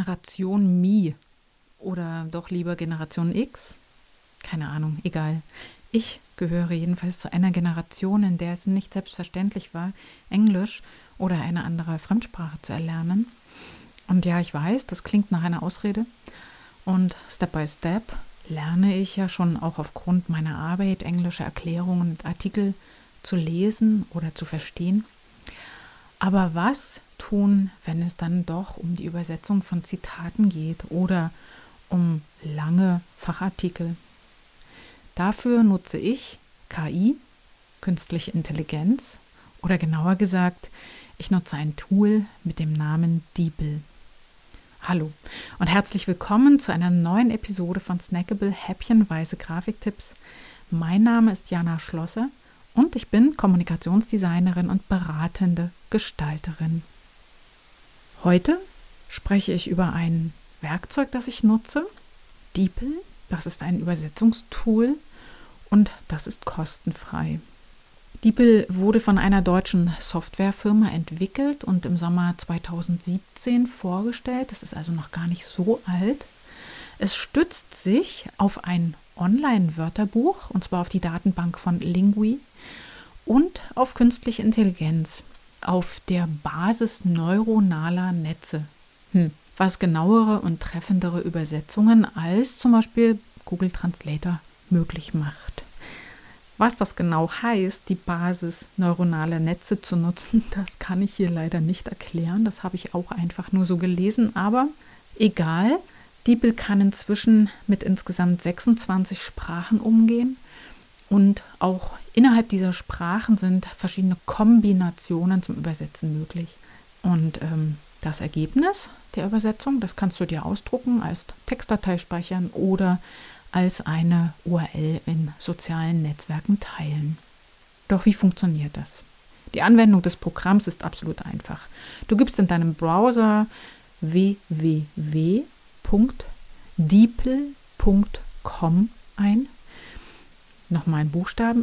Generation Mi oder doch lieber Generation X? Keine Ahnung, egal. Ich gehöre jedenfalls zu einer Generation, in der es nicht selbstverständlich war, Englisch oder eine andere Fremdsprache zu erlernen. Und ja, ich weiß, das klingt nach einer Ausrede. Und Step by Step lerne ich ja schon auch aufgrund meiner Arbeit englische Erklärungen und Artikel zu lesen oder zu verstehen. Aber was tun, wenn es dann doch um die Übersetzung von Zitaten geht oder um lange Fachartikel? Dafür nutze ich KI, künstliche Intelligenz, oder genauer gesagt, ich nutze ein Tool mit dem Namen DeepL. Hallo und herzlich willkommen zu einer neuen Episode von Snackable häppchenweise Grafiktipps. Mein Name ist Jana Schlosser und ich bin Kommunikationsdesignerin und beratende Gestalterin. Heute spreche ich über ein Werkzeug, das ich nutze, DeepL. Das ist ein Übersetzungstool und das ist kostenfrei. DeepL wurde von einer deutschen Softwarefirma entwickelt und im Sommer 2017 vorgestellt. Das ist also noch gar nicht so alt. Es stützt sich auf ein Online-Wörterbuch, und zwar auf die Datenbank von Lingui und auf künstliche Intelligenz, auf der Basis neuronaler Netze. Was genauere und treffendere Übersetzungen als zum Beispiel Google Translator möglich macht. Was das genau heißt, die Basis neuronaler Netze zu nutzen, das kann ich hier leider nicht erklären. Das habe ich auch einfach nur so gelesen, aber egal. DeepL kann inzwischen mit insgesamt 26 Sprachen umgehen und auch innerhalb dieser Sprachen sind verschiedene Kombinationen zum Übersetzen möglich. Und das Ergebnis der Übersetzung, das kannst du dir ausdrucken, als Textdatei speichern oder als eine URL in sozialen Netzwerken teilen. Doch wie funktioniert das? Die Anwendung des Programms ist absolut einfach. Du gibst in deinem Browser www.deepl.com ein. Nochmal ein Buchstaben,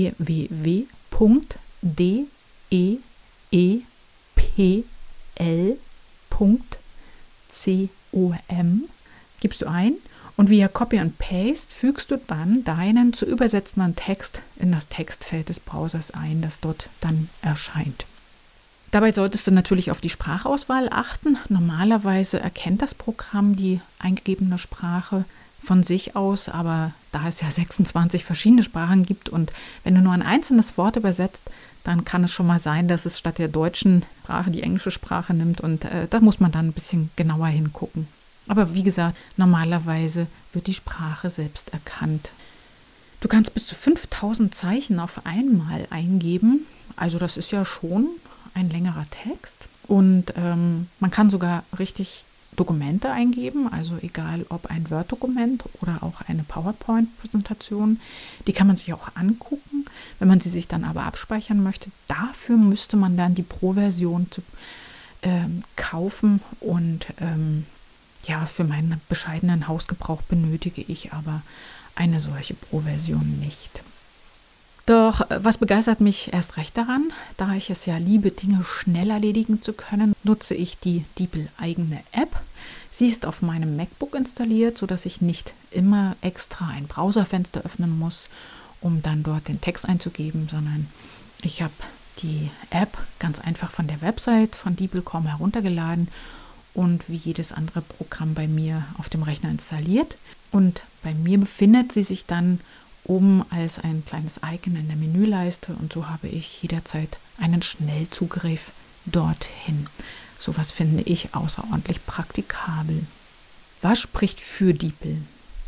www.deepl.com gibst du ein und via Copy and Paste fügst du dann deinen zu übersetzenden Text in das Textfeld des Browsers ein, das dort dann erscheint. Dabei solltest du natürlich auf die Sprachauswahl achten. Normalerweise erkennt das Programm die eingegebene Sprache von sich aus, aber da es ja 26 verschiedene Sprachen gibt und wenn du nur ein einzelnes Wort übersetzt, dann kann es schon mal sein, dass es statt der deutschen Sprache die englische Sprache nimmt und da muss man dann ein bisschen genauer hingucken. Aber wie gesagt, normalerweise wird die Sprache selbst erkannt. Du kannst bis zu 5000 Zeichen auf einmal eingeben, also das ist ja schon ein längerer Text und man kann sogar richtig Dokumente eingeben, also egal ob ein Word-Dokument oder auch eine PowerPoint-Präsentation, die kann man sich auch angucken. Wenn man sie sich dann aber abspeichern möchte, dafür müsste man dann die Pro-Version kaufen und für meinen bescheidenen Hausgebrauch benötige ich aber eine solche Pro-Version nicht. Doch was begeistert mich erst recht daran, da ich es ja liebe, Dinge schnell erledigen zu können, nutze ich die DeepL-eigene App. Sie ist auf meinem MacBook installiert, sodass ich nicht immer extra ein Browserfenster öffnen muss, um dann dort den Text einzugeben, sondern ich habe die App ganz einfach von der Website von DeepL.com heruntergeladen und wie jedes andere Programm bei mir auf dem Rechner installiert. Und bei mir befindet sie sich dann oben als ein kleines Icon in der Menüleiste und so habe ich jederzeit einen Schnellzugriff dorthin. Sowas finde ich außerordentlich praktikabel. Was spricht für DeepL?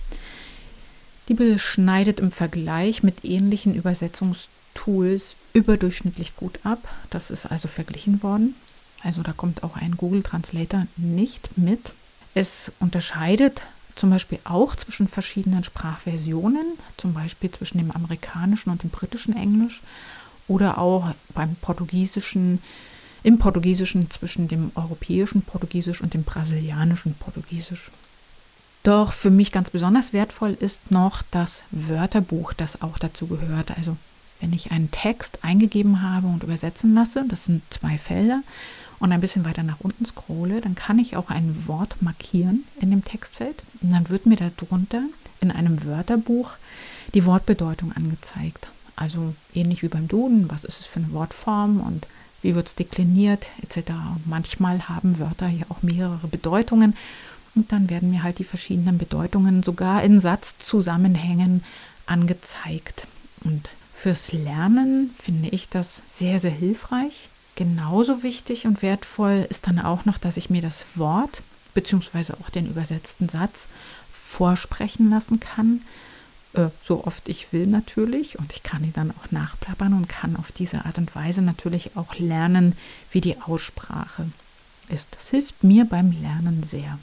DeepL schneidet im Vergleich mit ähnlichen Übersetzungstools überdurchschnittlich gut ab. Das ist also verglichen worden. Also da kommt auch ein Google Translator nicht mit. Es unterscheidet zum Beispiel auch zwischen verschiedenen Sprachversionen, zum Beispiel zwischen dem amerikanischen und dem britischen Englisch oder auch im Portugiesischen zwischen dem europäischen Portugiesisch und dem brasilianischen Portugiesisch. Doch für mich ganz besonders wertvoll ist noch das Wörterbuch, das auch dazu gehört. Also wenn ich einen Text eingegeben habe und übersetzen lasse, das sind 2 Felder, und ein bisschen weiter nach unten scrolle, dann kann ich auch ein Wort markieren in dem Textfeld und dann wird mir darunter in einem Wörterbuch die Wortbedeutung angezeigt. Also ähnlich wie beim Duden, was ist es für eine Wortform und wie wird es dekliniert etc. Und manchmal haben Wörter hier auch mehrere Bedeutungen und dann werden mir halt die verschiedenen Bedeutungen sogar in Satzzusammenhängen angezeigt. Und fürs Lernen finde ich das sehr, sehr hilfreich. Genauso wichtig und wertvoll ist dann auch noch, dass ich mir das Wort bzw. auch den übersetzten Satz vorsprechen lassen kann, so oft ich will natürlich, und ich kann die dann auch nachplappern und kann auf diese Art und Weise natürlich auch lernen, wie die Aussprache ist. Das hilft mir beim Lernen sehr.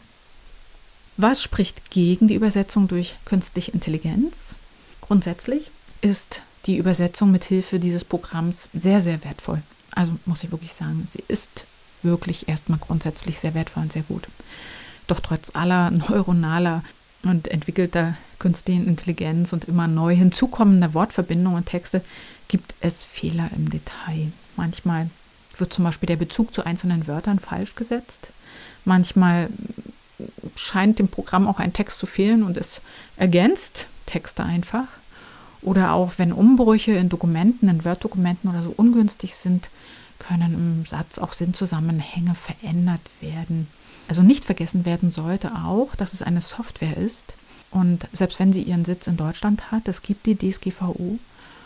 Was spricht gegen die Übersetzung durch künstliche Intelligenz? Grundsätzlich ist die Übersetzung mit Hilfe dieses Programms sehr, sehr wertvoll. Also muss ich wirklich sagen, sie ist wirklich erstmal grundsätzlich sehr wertvoll und sehr gut. Doch trotz aller neuronaler und entwickelter künstlichen Intelligenz und immer neu hinzukommender Wortverbindungen und Texte gibt es Fehler im Detail. Manchmal wird zum Beispiel der Bezug zu einzelnen Wörtern falsch gesetzt. Manchmal scheint dem Programm auch ein Text zu fehlen und es ergänzt Texte einfach. Oder auch wenn Umbrüche in Dokumenten, in Word-Dokumenten oder so ungünstig sind, können im Satz auch Sinnzusammenhänge verändert werden. Also nicht vergessen werden sollte auch, dass es eine Software ist und selbst wenn sie ihren Sitz in Deutschland hat, es gibt die DSGVO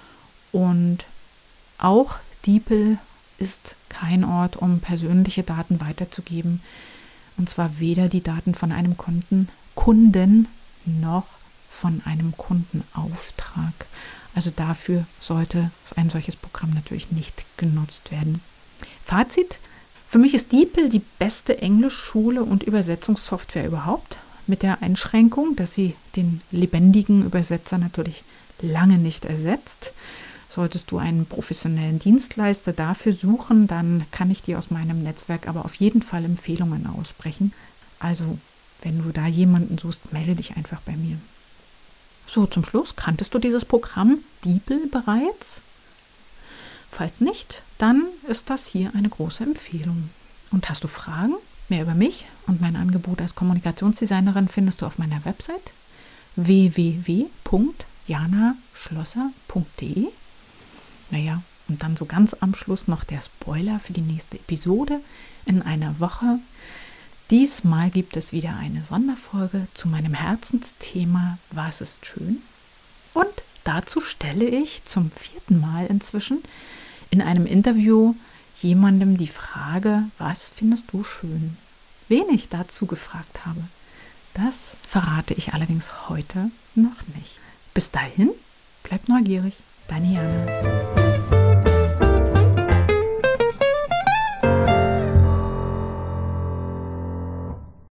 und auch DeepL ist kein Ort, um persönliche Daten weiterzugeben, und zwar weder die Daten von einem Kunden noch von einem Kundenauftrag. Also dafür sollte ein solches Programm natürlich nicht genutzt werden. Fazit: Für mich ist DeepL die beste Englischschule und Übersetzungssoftware überhaupt, mit der Einschränkung, dass sie den lebendigen Übersetzer natürlich lange nicht ersetzt. Solltest du einen professionellen Dienstleister dafür suchen, dann kann ich dir aus meinem Netzwerk aber auf jeden Fall Empfehlungen aussprechen. Also, wenn du da jemanden suchst, melde dich einfach bei mir. So, zum Schluss, kanntest du dieses Programm DeepL bereits? Falls nicht, dann ist das hier eine große Empfehlung. Und hast du Fragen? Mehr über mich und mein Angebot als Kommunikationsdesignerin findest du auf meiner Website www.janaschlosser.de. Naja, und dann so ganz am Schluss noch der Spoiler für die nächste Episode in einer Woche. Diesmal gibt es wieder eine Sonderfolge zu meinem Herzensthema Was ist schön? Und dazu stelle ich zum 4. Mal inzwischen in einem Interview jemandem die Frage, was findest du schön? Wen ich dazu gefragt habe, das verrate ich allerdings heute noch nicht. Bis dahin, bleib neugierig, deine Jana.